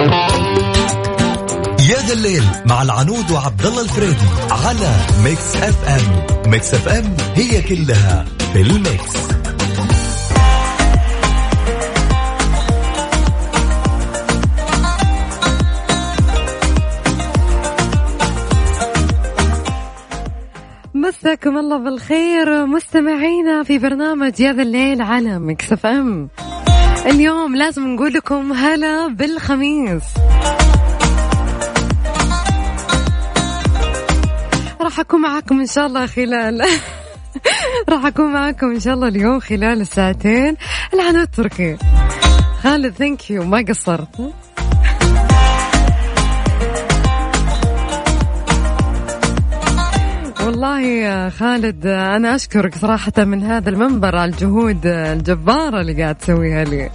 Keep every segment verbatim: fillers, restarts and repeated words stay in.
يا ذا الليل مع العنود وعبد الله الفريدي على ميكس اف ام. ميكس اف ام هي كلها في الميكس. مساكم الله بالخير مستمعينا في برنامج يا ذا الليل على ميكس اف ام. اليوم لازم نقول لكم هلا بالخميس. راح أكون معاكم إن شاء الله خلال راح أكون معاكم إن شاء الله اليوم خلال الساعتين. العنود التركي خالد ثانك يو ما قصرت. والله يا خالد أنا أشكرك صراحة من هذا المنبر على الجهود الجبارة اللي قاعد تسويها لي.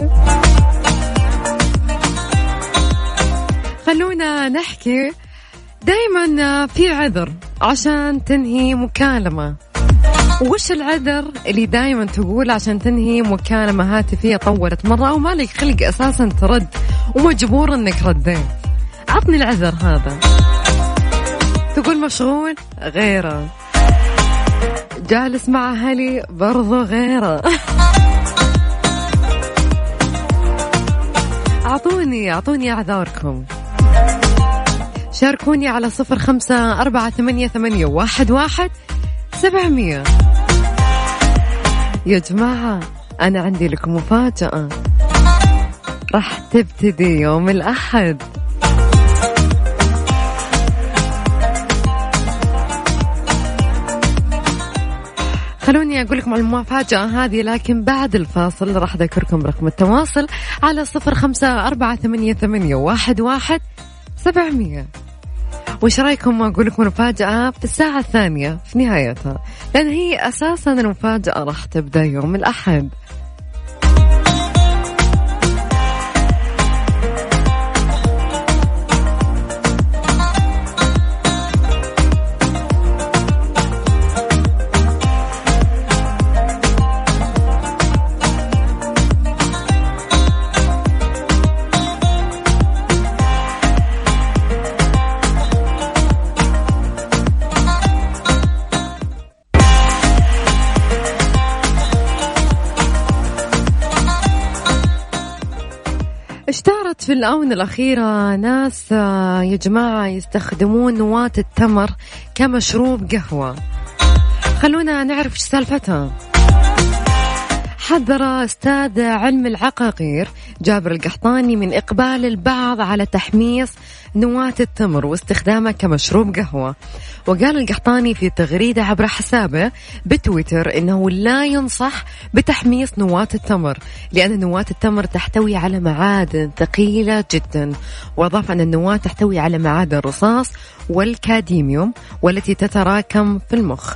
خلونا نحكي دايما في عذر عشان تنهي مكالمة. وش العذر اللي دايما تقول عشان تنهي مكالمة هاتفية طولت مرة أو مالك خلق أساسا ترد ومجبور أنك ردين؟ عطني العذر هذا. تقول مشغول غيره، جالس مع أهلي برضو غيره. أعطوني أعطوني أعذاركم. شاركوني على صفر خمسة أربعة ثمانية ثمانية واحد واحد سبعمية. يا جماعة أنا عندي لكم مفاجأة راح تبتدي يوم الأحد. خلوني أقول لكم على المفاجأة هذه لكن بعد الفاصل. راح أذكركم رقم التواصل على صفر خمسة أربعة ثمانية ثمانية واحد واحد سبعمية. وش رأيكم أقول لكم مفاجأة في الساعة الثانية في نهايتها، لأن هي أساسا المفاجأة راح تبدأ يوم الأحد. اشتهرت في الآونة الأخيرة ناس يا جماعة يستخدمون نواة التمر كمشروب قهوة. خلونا نعرف ايش سالفتها. حذر أستاذ علم العقاقير جابر القحطاني من إقبال البعض على تحميص نواة التمر واستخدامه كمشروب قهوة. وقال القحطاني في تغريدة عبر حسابه بتويتر إنه لا ينصح بتحميص نواة التمر لأن نواة التمر تحتوي على معادن ثقيلة جدا. وأضاف أن النواة تحتوي على معادن الرصاص والكادميوم والتي تتراكم في المخ.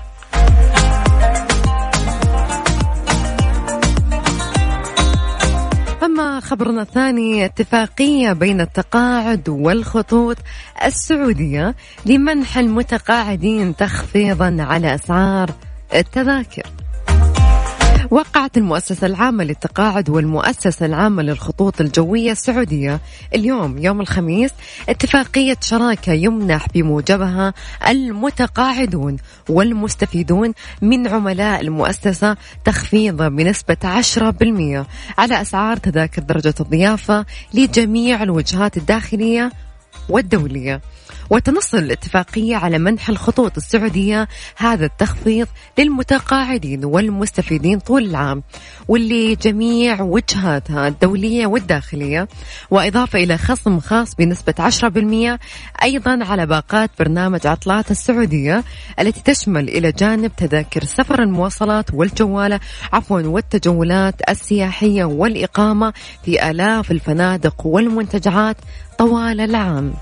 أما خبرنا الثاني، اتفاقية بين التقاعد والخطوط السعودية لمنح المتقاعدين تخفيضا على أسعار التذاكر. وقعت المؤسسة العامة للتقاعد والمؤسسة العامة للخطوط الجوية السعودية اليوم يوم الخميس اتفاقية شراكة يمنح بموجبها المتقاعدون والمستفيدون من عملاء المؤسسة تخفيض بنسبة عشرة بالمئة على أسعار تذاكر درجة الضيافة لجميع الوجهات الداخلية والدولية. وتنص الاتفاقية على منح الخطوط السعودية هذا التخفيض للمتقاعدين والمستفيدين طول العام واللي جميع وجهاتها الدولية والداخلية، وإضافة إلى خصم خاص بنسبة عشرة بالمئة أيضا على باقات برنامج عطلات السعودية التي تشمل إلى جانب تذاكر سفر المواصلات والجوالة عفوا والتجولات السياحية والإقامة في آلاف الفنادق والمنتجعات طوال العام.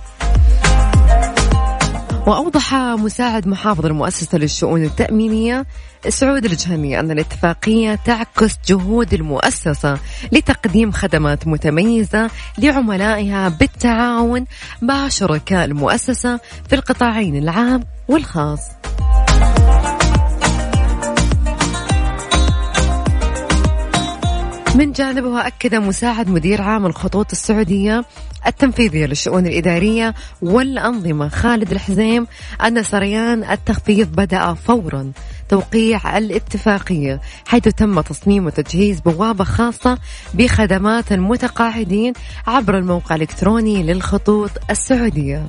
وأوضح مساعد محافظ المؤسسة للشؤون التأمينية سعود الجهني أن الاتفاقية تعكس جهود المؤسسة لتقديم خدمات متميزة لعملائها بالتعاون مع شركاء المؤسسة في القطاعين العام والخاص. من جانبه أكد مساعد مدير عام الخطوط السعودية التنفيذية للشؤون الإدارية والأنظمة خالد الحزيم أن سريان التخفيض بدأ فورا توقيع الاتفاقية، حيث تم تصميم وتجهيز بوابة خاصة بخدمات المتقاعدين عبر الموقع الإلكتروني للخطوط السعودية.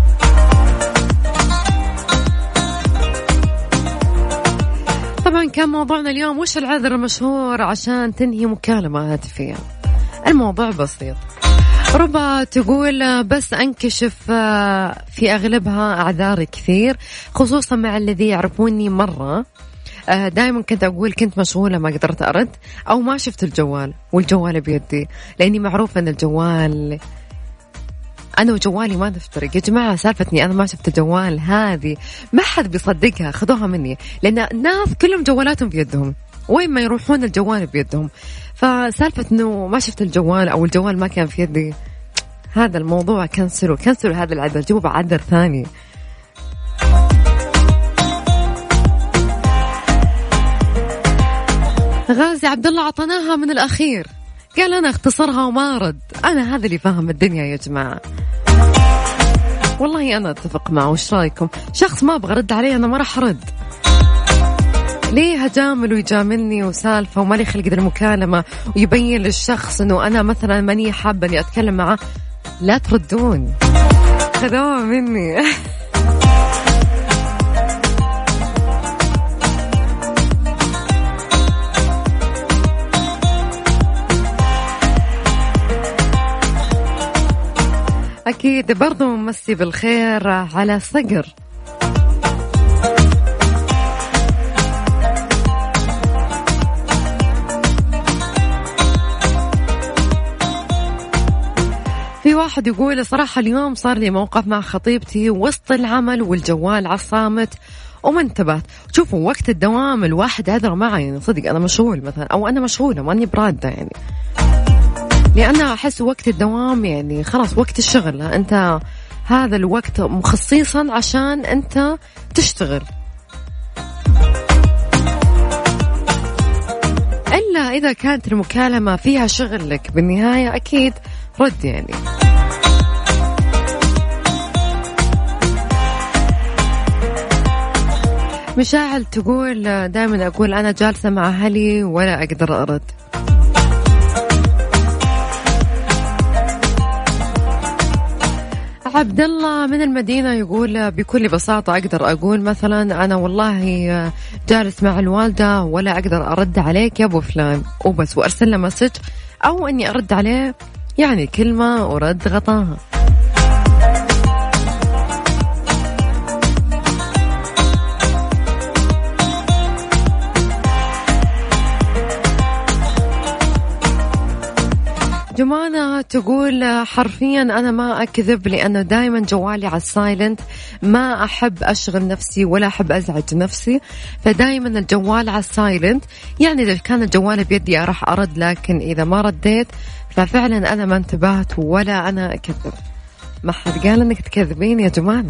طبعا كان موضوعنا اليوم وش العذر المشهور عشان تنهي مكالمة هاتفية. الموضوع بسيط، ربما تقول بس أنكشف في أغلبها أعذار كثير، خصوصا مع الذي يعرفوني مرة. دائما كنت أقول كنت مشغولة ما قدرت أرد، أو ما شفت الجوال والجوال بيدي، لأني معروف أن الجوال أنا وجوالي ما نفترق. يا جماعة سالفتني أنا ما شفت الجوال هذه ما حد بيصدقها، خذوها مني، لأن الناس كلهم جوالاتهم بيدهم، وين ما يروحون الجوال بيدهم. فسالفة إنه ما شفت الجوال أو الجوال ما كان في يدي، هذا الموضوع كنسلوا كنسلوا هذا العذر، جيبوا بعذر ثاني. غازي عبد الله عطناها من الأخير، قال أنا اختصرها وما رد. أنا هذا اللي فاهم الدنيا يا جماعة، والله أنا أتفق معه. وش رأيكم؟ شخص ما أبغى رد عليه أنا ما راح أرد، ليه هجامل ويجاملني وسالفة وما لي خلق المكالمة ويبين للشخص أنه أنا مثلا ماني حابة أني أتكلم معه. لا تردون، خذوها مني. أكيد برضو مسي بالخير على صقر. في واحد يقول صراحة اليوم صار لي موقف مع خطيبتي وسط العمل والجوال على الصامت وما انتبهت. شوفوا وقت الدوام الواحد عذر معي، يعني صدق أنا مشغول مثلا، أو أنا مشغولة ماني برادة، يعني لأن أحس وقت الدوام يعني خلاص وقت الشغل، أنت هذا الوقت مخصيصا عشان أنت تشتغل، إلا إذا كانت المكالمة فيها شغل لك بالنهاية أكيد رد يعني. مشاعل تقول دائما أقول أنا جالسة مع أهلي ولا أقدر أرد. عبد الله من المدينة يقول بكل بساطة أقدر أقول مثلا أنا والله جالس مع الوالدة ولا أقدر أرد عليك يا أبو فلان وبس، وأرسل له مسج، أو أني أرد عليه يعني كلمة ورد غطاها. جمانة تقول حرفيا أنا ما أكذب، لأنه دايما جوالي على السايلنت، ما أحب أشغل نفسي ولا أحب أزعج نفسي، فدايما الجوال على السايلنت. يعني إذا كان الجوال بيدي راح أرد، لكن إذا ما رديت ففعلا أنا ما انتبهت ولا أنا أكذب. ما حد قال أنك تكذبين يا جمانة.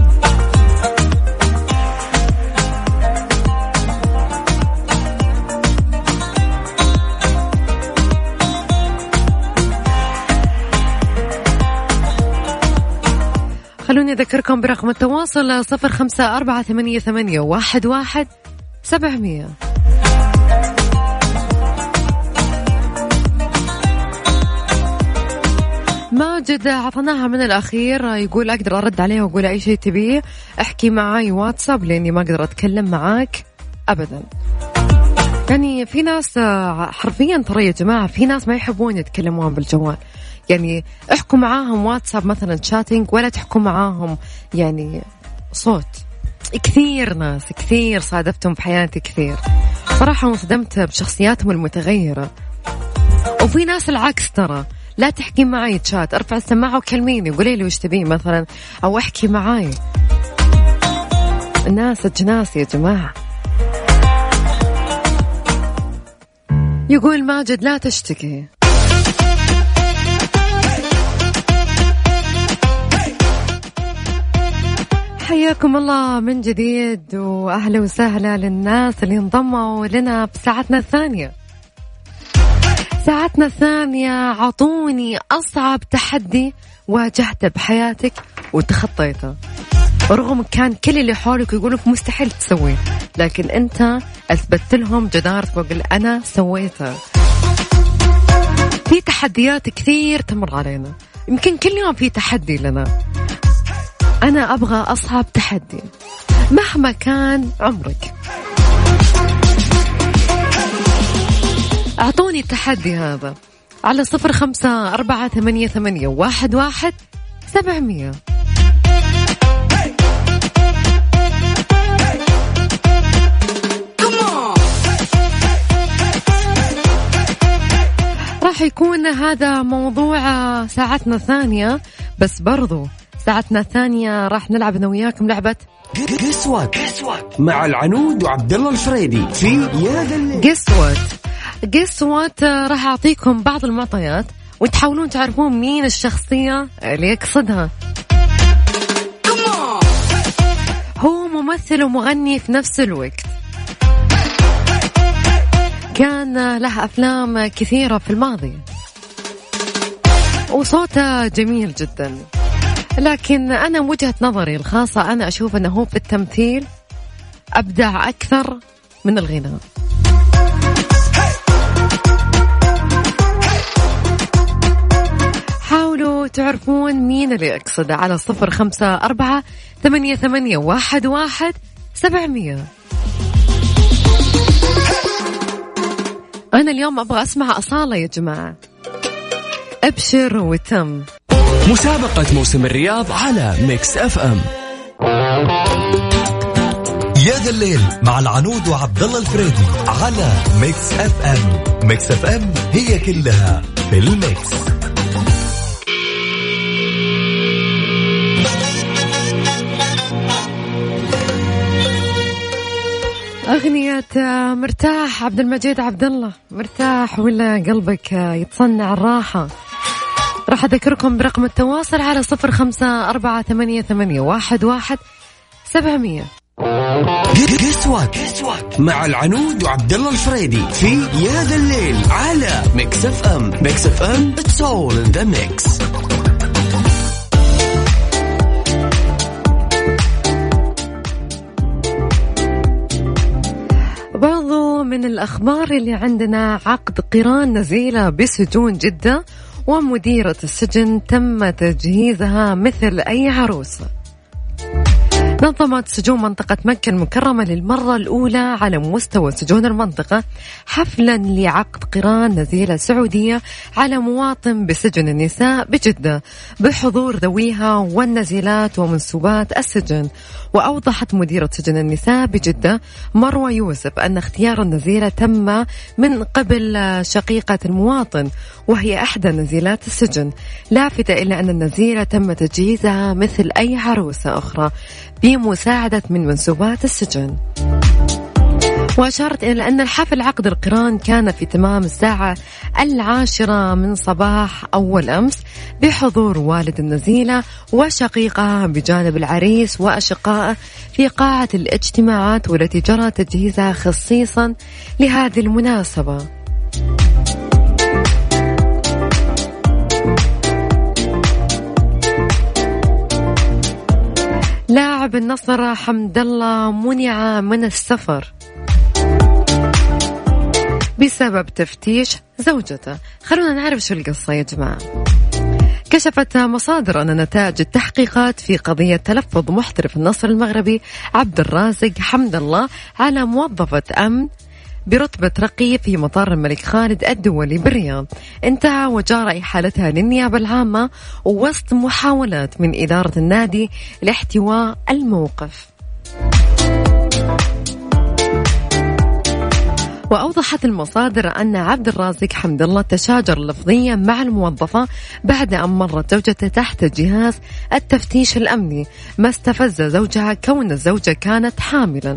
خلوني أذكركم برقم التواصل صفر خمسة أربعة ثمانية ثمانية واحد واحد سبعمية. ماجد عطناها من الأخير يقول أقدر أرد عليه وأقول أي شيء تبيه، احكي معاي واتساب لأني ما أقدر أتكلم معاك أبدا. يعني في ناس حرفيا ترى يا جماعة في ناس ما يحبون يتكلمون بالجوال، يعني احكوا معاهم واتساب مثلا شاتينج، ولا تحكوا معاهم يعني صوت. كثير ناس كثير صادفتهم في حياتي كثير صراحة، وصدمت بشخصياتهم المتغيرة. وفي ناس العكس ترى، لا تحكي معي تشات، ارفع السماعة وكلميني قولي لي وش تبين مثلا، او احكي معاي. الناس الجناس يا جماعة. يقول ماجد لا تشتكي. حياكم الله من جديد وأهلا وسهلا للناس اللي انضموا لنا في ساعتنا الثانية. ساعتنا الثانية عطوني أصعب تحدي واجهته بحياتك وتخطيته، رغم كان كل اللي حولك يقولك مستحيل تسويه، لكن أنت أثبتت لهم جدارتك وقل أنا سويته. في تحديات كثير تمر علينا، يمكن كل يوم في تحدي لنا. أنا أبغى أصعب تحدي مهما كان عمرك. أعطوني التحدي هذا على صفر خمسة أربعة ثمانية ثمانية واحد واحد سبعمية. راح يكون هذا موضوع ساعتنا الثانية، بس برضو ساعتنا الثانية راح نلعب أنا وياكم لعبة قسوات مع العنود وعبد الله الفريدي في يا ذا الليل. قسوات قسوات راح أعطيكم بعض المعطيات وتحاولون تعرفون مين الشخصية اللي يقصدها. هو ممثل ومغني في نفس الوقت، كان له أفلام كثيرة في الماضي وصوته جميل جدا، لكن أنا وجهة نظري الخاصة أنا أشوف أنه هو في التمثيل أبدع أكثر من الغناء. حاولوا تعرفون مين اللي أقصده على صفر خمسة أربعة ثمانية ثمانية واحد واحد سبعمية. أنا اليوم أبغى أسمع أصالة يا جماعة، أبشر وتم. مسابقة موسم الرياض على ميكس اف ام. يا ذا الليل مع العنود وعبد الله الفريدي على ميكس اف ام. ميكس اف ام هي كلها في الميكس. أغنية مرتاح عبد المجيد عبد الله، مرتاح ولا قلبك يتصنع الراحة؟ راح أذكركم برقم التواصل على صفر خمسة أربعة ثمانية ثمانية واحد واحد سبعمية. قسوات مع العنود وعبد الله الفريدي في يا ذا الليل على ميكس اف ام. ميكس اف ام it's all in the mix. برضو من الأخبار اللي عندنا عقد قران نزيلة بسجون جدة، ومديرة السجن تم تجهيزها مثل أي عروسة. نظمت سجون منطقة مكة المكرمة للمرة الأولى على مستوى سجون المنطقة حفلا لعقد قران نزيلة سعودية على مواطن بسجن النساء بجدة بحضور ذويها والنزيلات ومنسوبات السجن. وأوضحت مديرة سجن النساء بجدة مروى يوسف أن اختيار النزيلة تم من قبل شقيقة المواطن وهي إحدى نزيلات السجن، لافتة إلى أن النزيلة تم تجهيزها مثل أي عروسة أخرى بمساعدة من منسوبات السجن. وأشارت إلى أن الحفل عقد القران كان في تمام الساعة العاشرة من صباح أول أمس بحضور والد النزيلة وشقيقها بجانب العريس وأشقائه في قاعة الاجتماعات، والتي جرى تجهيزها خصيصا لهذه المناسبة. لاعب النصر حمد الله منع من السفر بسبب تفتيش زوجته. خلونا نعرف شو القصة يا جماعة. كشفت مصادر أن نتائج التحقيقات في قضية تلفظ محترف النصر المغربي عبد الرازق حمد الله على موظفة أمن برتبة رقية في مطار الملك خالد الدولي بالرياض انتهى وجرى إحالتها للنيابة العامة وسط محاولات من إدارة النادي لاحتواء الموقف. وأوضحت المصادر أن عبد الرازق حمد الله تشاجر لفظيا مع الموظفة بعد أن مرت زوجته تحت جهاز التفتيش الأمني، ما استفز زوجها كون الزوجة كانت حاملا.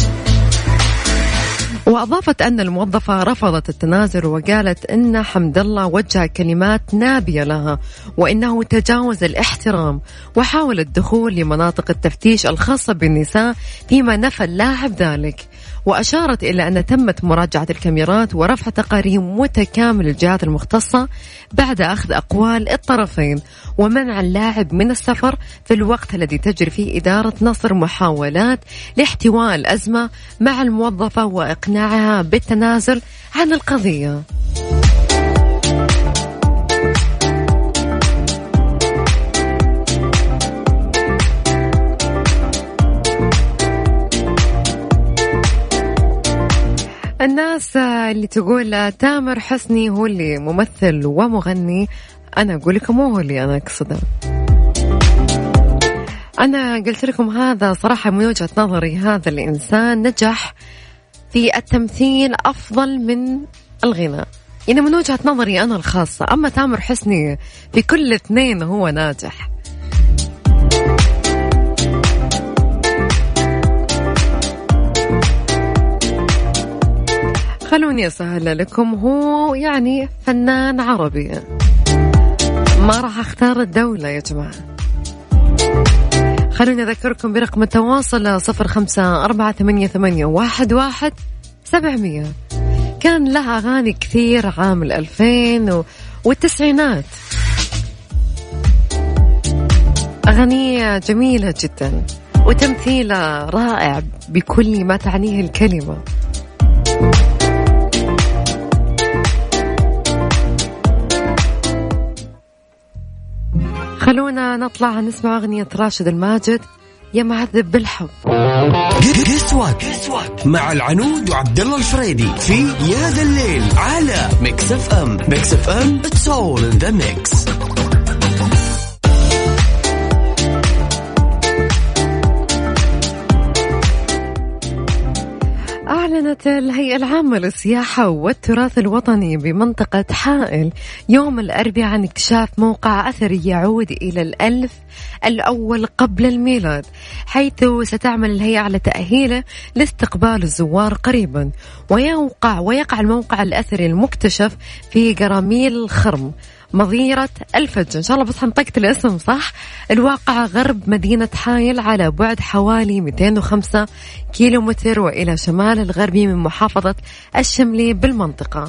وأضافت أن الموظفة رفضت التنازل وقالت أن حمد الله وجه كلمات نابية لها وإنه تجاوز الاحترام وحاول الدخول لمناطق التفتيش الخاصة بالنساء، فيما نفى اللاعب ذلك. وأشارت إلى أن تمت مراجعة الكاميرات ورفع تقارير متكامل للجهات المختصة بعد أخذ أقوال الطرفين ومنع اللاعب من السفر في الوقت الذي تجري فيه إدارة نصر محاولات لاحتواء الأزمة مع الموظفة وإقناعها بالتنازل عن القضية. الناس اللي تقول تامر حسني هو اللي ممثل ومغني، أنا أقول لكم مو هو اللي أنا أقصده. أنا قلت لكم هذا صراحة من وجهة نظري، هذا الإنسان نجح في التمثيل أفضل من الغناء، يعني من وجهة نظري أنا الخاصة. أما تامر حسني في كل اثنين هو ناجح. خلوني أسهل لكم، هو يعني فنان عربي، ما راح أختار الدولة يا جماعة. خلوني أذكركم برقم التواصل صفر خمسة أربعة ثمانية ثمانية واحد واحد سبعمية. كان لها أغاني كثير عام الألفين والتسعينات، أغنية جميلة جدا وتمثيلة رائع بكل ما تعنيه الكلمة. خلونا نطلع نسمع أغنية راشد الماجد يا معذب بالحب. قسوة مع العنود وعبد الله الفريدي في يا ذا الليل على ميكس اف ام. ميكس اف ام it's all in the mix. أعلنت الهيئة العامة للسياحة والتراث الوطني بمنطقة حائل يوم الأربعاء عن اكتشاف موقع أثري يعود إلى الألف الأول قبل الميلاد، حيث ستعمل الهيئة على تأهيله لاستقبال الزوار قريبا. ويوقع ويقع الموقع الأثري المكتشف في قراميل الخرم مضيرة الفج، إن شاء الله بس حنطقت الاسم صح، الواقع غرب مدينة حائل على بعد حوالي مئتين وخمسة كيلومتر وإلى شمال الغربي من محافظة الشملي بالمنطقة،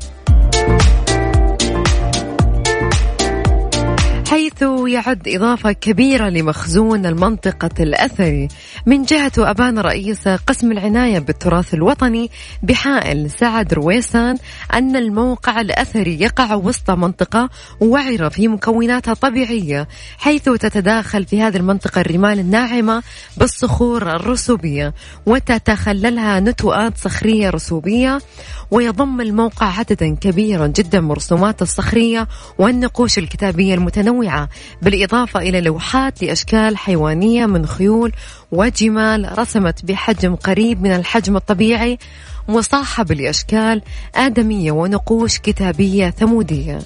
حيث يعد إضافة كبيرة لمخزون المنطقة الأثري. من جهة أبان رئيس قسم العناية بالتراث الوطني بحائل سعد رويسان أن الموقع الأثري يقع وسط منطقة وعرة في مكوناتها طبيعية، حيث تتداخل في هذه المنطقة الرمال الناعمة بالصخور الرسوبية وتتخللها نتوءات صخرية رسوبية. ويضم الموقع عددا كبيرا جدا من الرسومات الصخرية والنقوش الكتابية المتنوعة، بالإضافة إلى لوحات لأشكال حيوانية من خيول وجمال رسمت بحجم قريب من الحجم الطبيعي، مصاحب لأشكال آدمية ونقوش كتابية ثمودية.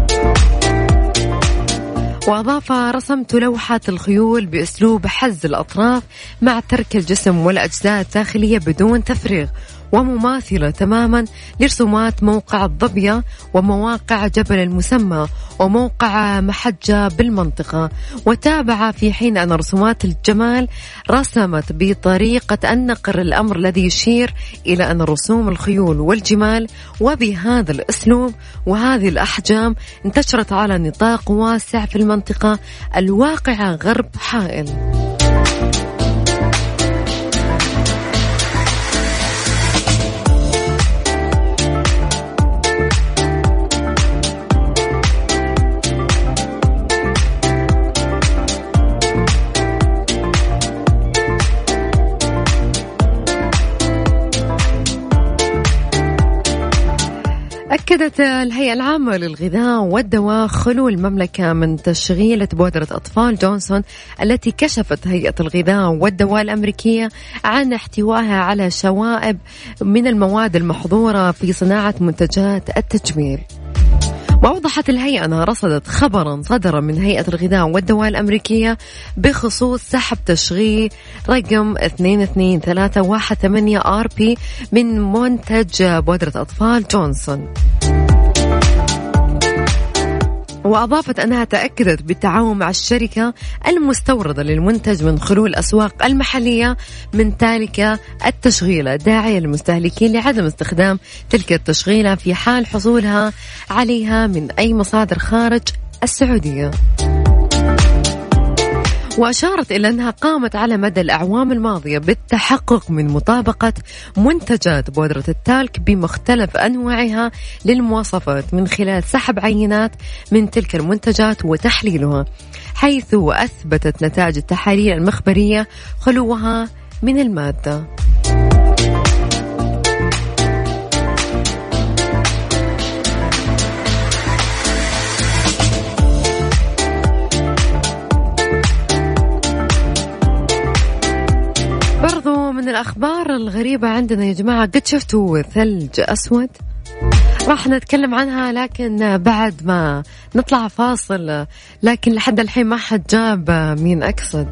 وأضاف رسمت لوحة الخيول بأسلوب حز الأطراف مع ترك الجسم والأجزاء الداخلية بدون تفريغ، ومماثلة تماما لرسومات موقع الضبية ومواقع جبل المسمى وموقع محجة بالمنطقة. وتابع في حين أن رسومات الجمال رسمت بطريقة النقر، الأمر الذي يشير إلى أن رسوم الخيول والجمال وبهذا الأسلوب وهذه الأحجام انتشرت على نطاق واسع في المنطقة الواقعة غرب حائل. أكدت الهيئة العامة للغذاء والدواء خلو المملكة من تشغيلة بودرة أطفال جونسون التي كشفت هيئة الغذاء والدواء الأمريكية عن احتوائها على شوائب من المواد المحظورة في صناعة منتجات التجميل. وأوضحت الهيئة أنها رصدت خبرا صدر من هيئة الغذاء والدواء الأمريكية بخصوص سحب تشغيل رقم اثنين اثنين ثلاثة واحد ثمانية آر بي من منتج بودرة أطفال جونسون. وأضافت أنها تأكدت بالتعاون مع الشركة المستوردة للمنتج من خلال الأسواق المحلية من تالك التشغيلة، داعية للمستهلكين لعدم استخدام تلك التشغيلة في حال حصولها عليها من أي مصادر خارج السعودية. وأشارت إلى أنها قامت على مدى الأعوام الماضية بالتحقق من مطابقة منتجات بودرة التالك بمختلف أنواعها للمواصفات من خلال سحب عينات من تلك المنتجات وتحليلها، حيث أثبتت نتائج التحاليل المخبرية خلوها من المادة. من الأخبار الغريبة عندنا يا جماعة، قد شفتوا ثلج أسود؟ راح نتكلم عنها لكن بعد ما نطلع فاصل، لكن لحد الحين ما حد جاب مين أقصد.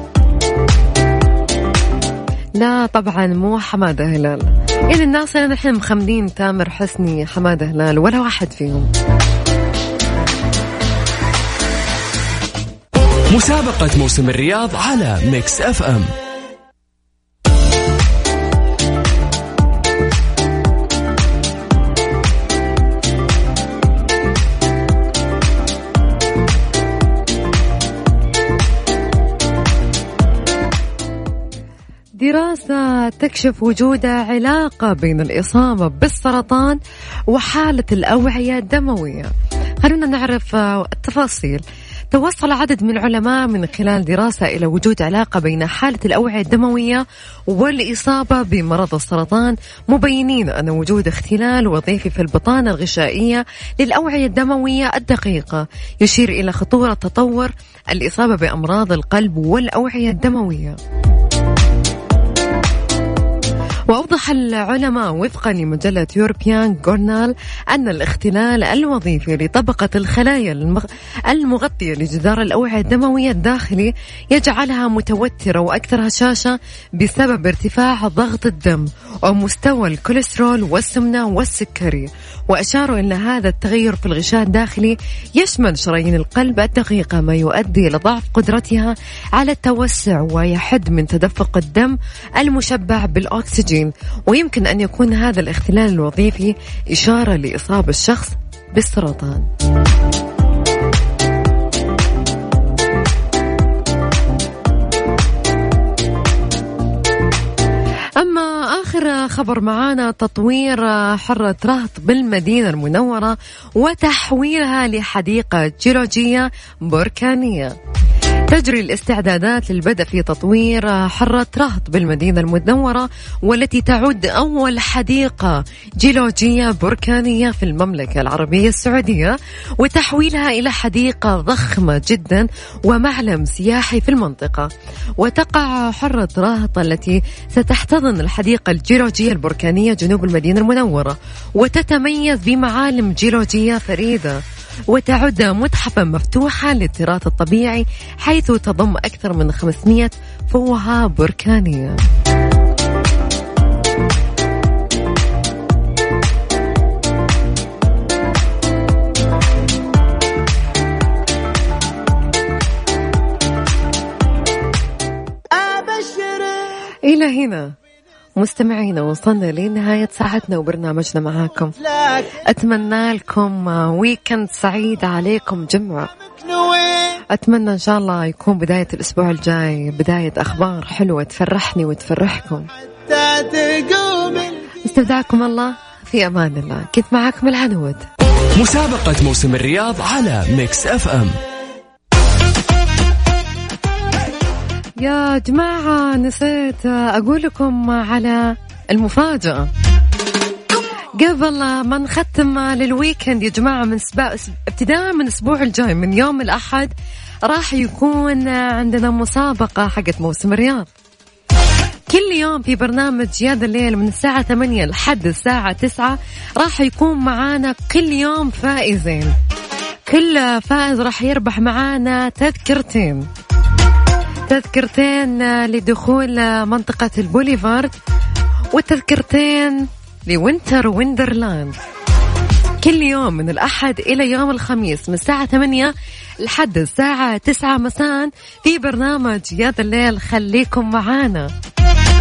لا طبعا مو حمادة هلال، يعني الناس اللي الحين مخمدين تامر حسني حمادة هلال ولا واحد فيهم. مسابقة موسم الرياض على ميكس اف ام. دراسة تكشف وجود علاقة بين الإصابة بالسرطان وحالة الأوعية الدموية. خلونا نعرف التفاصيل. توصل عدد من العلماء من خلال دراسة إلى وجود علاقة بين حالة الأوعية الدموية والإصابة بمرض السرطان، مبينين أن وجود اختلال وظيفي في البطانة الغشائية للأوعية الدموية الدقيقة يشير إلى خطورة تطور الإصابة بأمراض القلب والأوعية الدموية. وأوضح العلماء وفقا لمجلة يوروبيان جورنال أن الاختلال الوظيفي لطبقة الخلايا المغطية لجدار الأوعية الدموية الداخلي يجعلها متوترة وأكثر هشاشة بسبب ارتفاع ضغط الدم ومستوى الكوليسترول والسمنة والسكري. وأشاروا أن هذا التغير في الغشاء الداخلي يشمل شرايين القلب الدقيقة، ما يؤدي إلى ضعف قدرتها على التوسع ويحد من تدفق الدم المشبع بالأكسجين. ويمكن أن يكون هذا الاختلال الوظيفي إشارة لإصابة الشخص بالسرطان. أما آخر خبر معانا، تطوير حرة رهط بالمدينة المنورة وتحويلها لحديقة جيولوجية بركانية. تجري الاستعدادات للبدء في تطوير حرة رهط بالمدينة المنورة، والتي تعد أول حديقة جيولوجية بركانية في المملكة العربية السعودية، وتحويلها إلى حديقة ضخمة جدا ومعلم سياحي في المنطقة. وتقع حرة رهط التي ستحتضن الحديقة الجيولوجية البركانية جنوب المدينة المنورة، وتتميز بمعالم جيولوجية فريدة، وتعد متحفا مفتوحا للتراث الطبيعي، حيث تضم أكثر من خمسمائة فوهة بركانية. إلى هنا مستمعينا وصلنا لنهاية ساعتنا وبرنامجنا معاكم. أتمنى لكم ويكند سعيد عليكم جمعة. أتمنى إن شاء الله يكون بداية الأسبوع الجاي بداية أخبار حلوة تفرحني وتفرحكم. استودعكم الله في أمان الله. كنت معاكم العنود. مسابقة موسم الرياض على ميكس اف ام. يا جماعة نسيت أقول لكم على المفاجأة قبل ما نختم للويكند يا جماعة. من سبا... ابتداء من الأسبوع الجاي من يوم الأحد راح يكون عندنا مسابقة حقت موسم الرياض. كل يوم في برنامج يا ذا الليل من الساعة ثمانية لحد الساعة تسعة راح يكون معانا كل يوم فائزين. كل فائز راح يربح معانا تذكرتين تذكرتين لدخول منطقة البوليفارد، والتذكرتين لوينتر ويندرلاند. كل يوم من الأحد إلى يوم الخميس من الساعة ثمانية لحد الساعة تسعة مساء في برنامج يا ذا الليل. خليكم معانا.